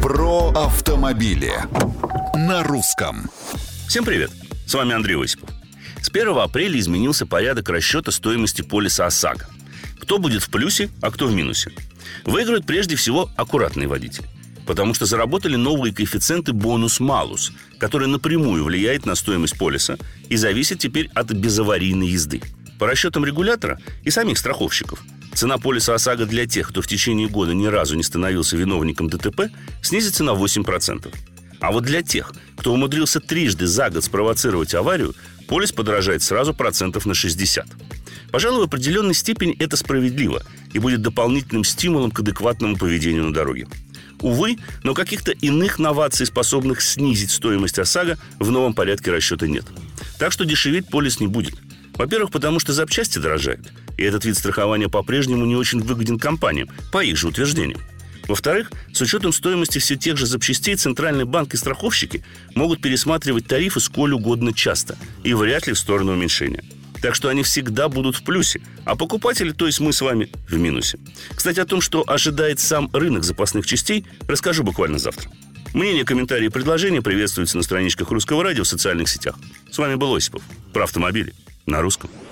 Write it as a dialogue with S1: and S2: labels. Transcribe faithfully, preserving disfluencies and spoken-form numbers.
S1: Про автомобили на русском.
S2: Всем привет, с вами Андрей Осипов. С первого апреля изменился порядок расчета стоимости полиса ОСАГО. Кто будет в плюсе, а кто в минусе? Выиграют прежде всего аккуратные водители, потому что заработали новые коэффициенты бонус-малус, который напрямую влияет на стоимость полиса и зависит теперь от безаварийной езды. По расчетам регулятора и самих страховщиков, цена полиса ОСАГО для тех, кто в течение года ни разу не становился виновником ДТП, снизится на восемь процентов. А вот для тех, кто умудрился трижды за год спровоцировать аварию, полис подорожает сразу процентов на шестьдесят. Пожалуй, в определенной степени это справедливо и будет дополнительным стимулом к адекватному поведению на дороге. Увы, но каких-то иных новаций, способных снизить стоимость ОСАГО, в новом порядке расчета нет. Так что дешеветь полис не будет. Во-первых, потому что запчасти дорожают, и этот вид страхования по-прежнему не очень выгоден компаниям, по их же утверждениям. Во-вторых, с учетом стоимости все тех же запчастей, Центральный банк и страховщики могут пересматривать тарифы сколь угодно часто, и вряд ли в сторону уменьшения. Так что они всегда будут в плюсе, а покупатели, то есть мы с вами, в минусе. Кстати, о том, что ожидает сам рынок запасных частей, расскажу буквально завтра. Мнения, комментарии и предложения приветствуются на страничках Русского радио в социальных сетях. С вами был Осипов. Про автомобили на русском.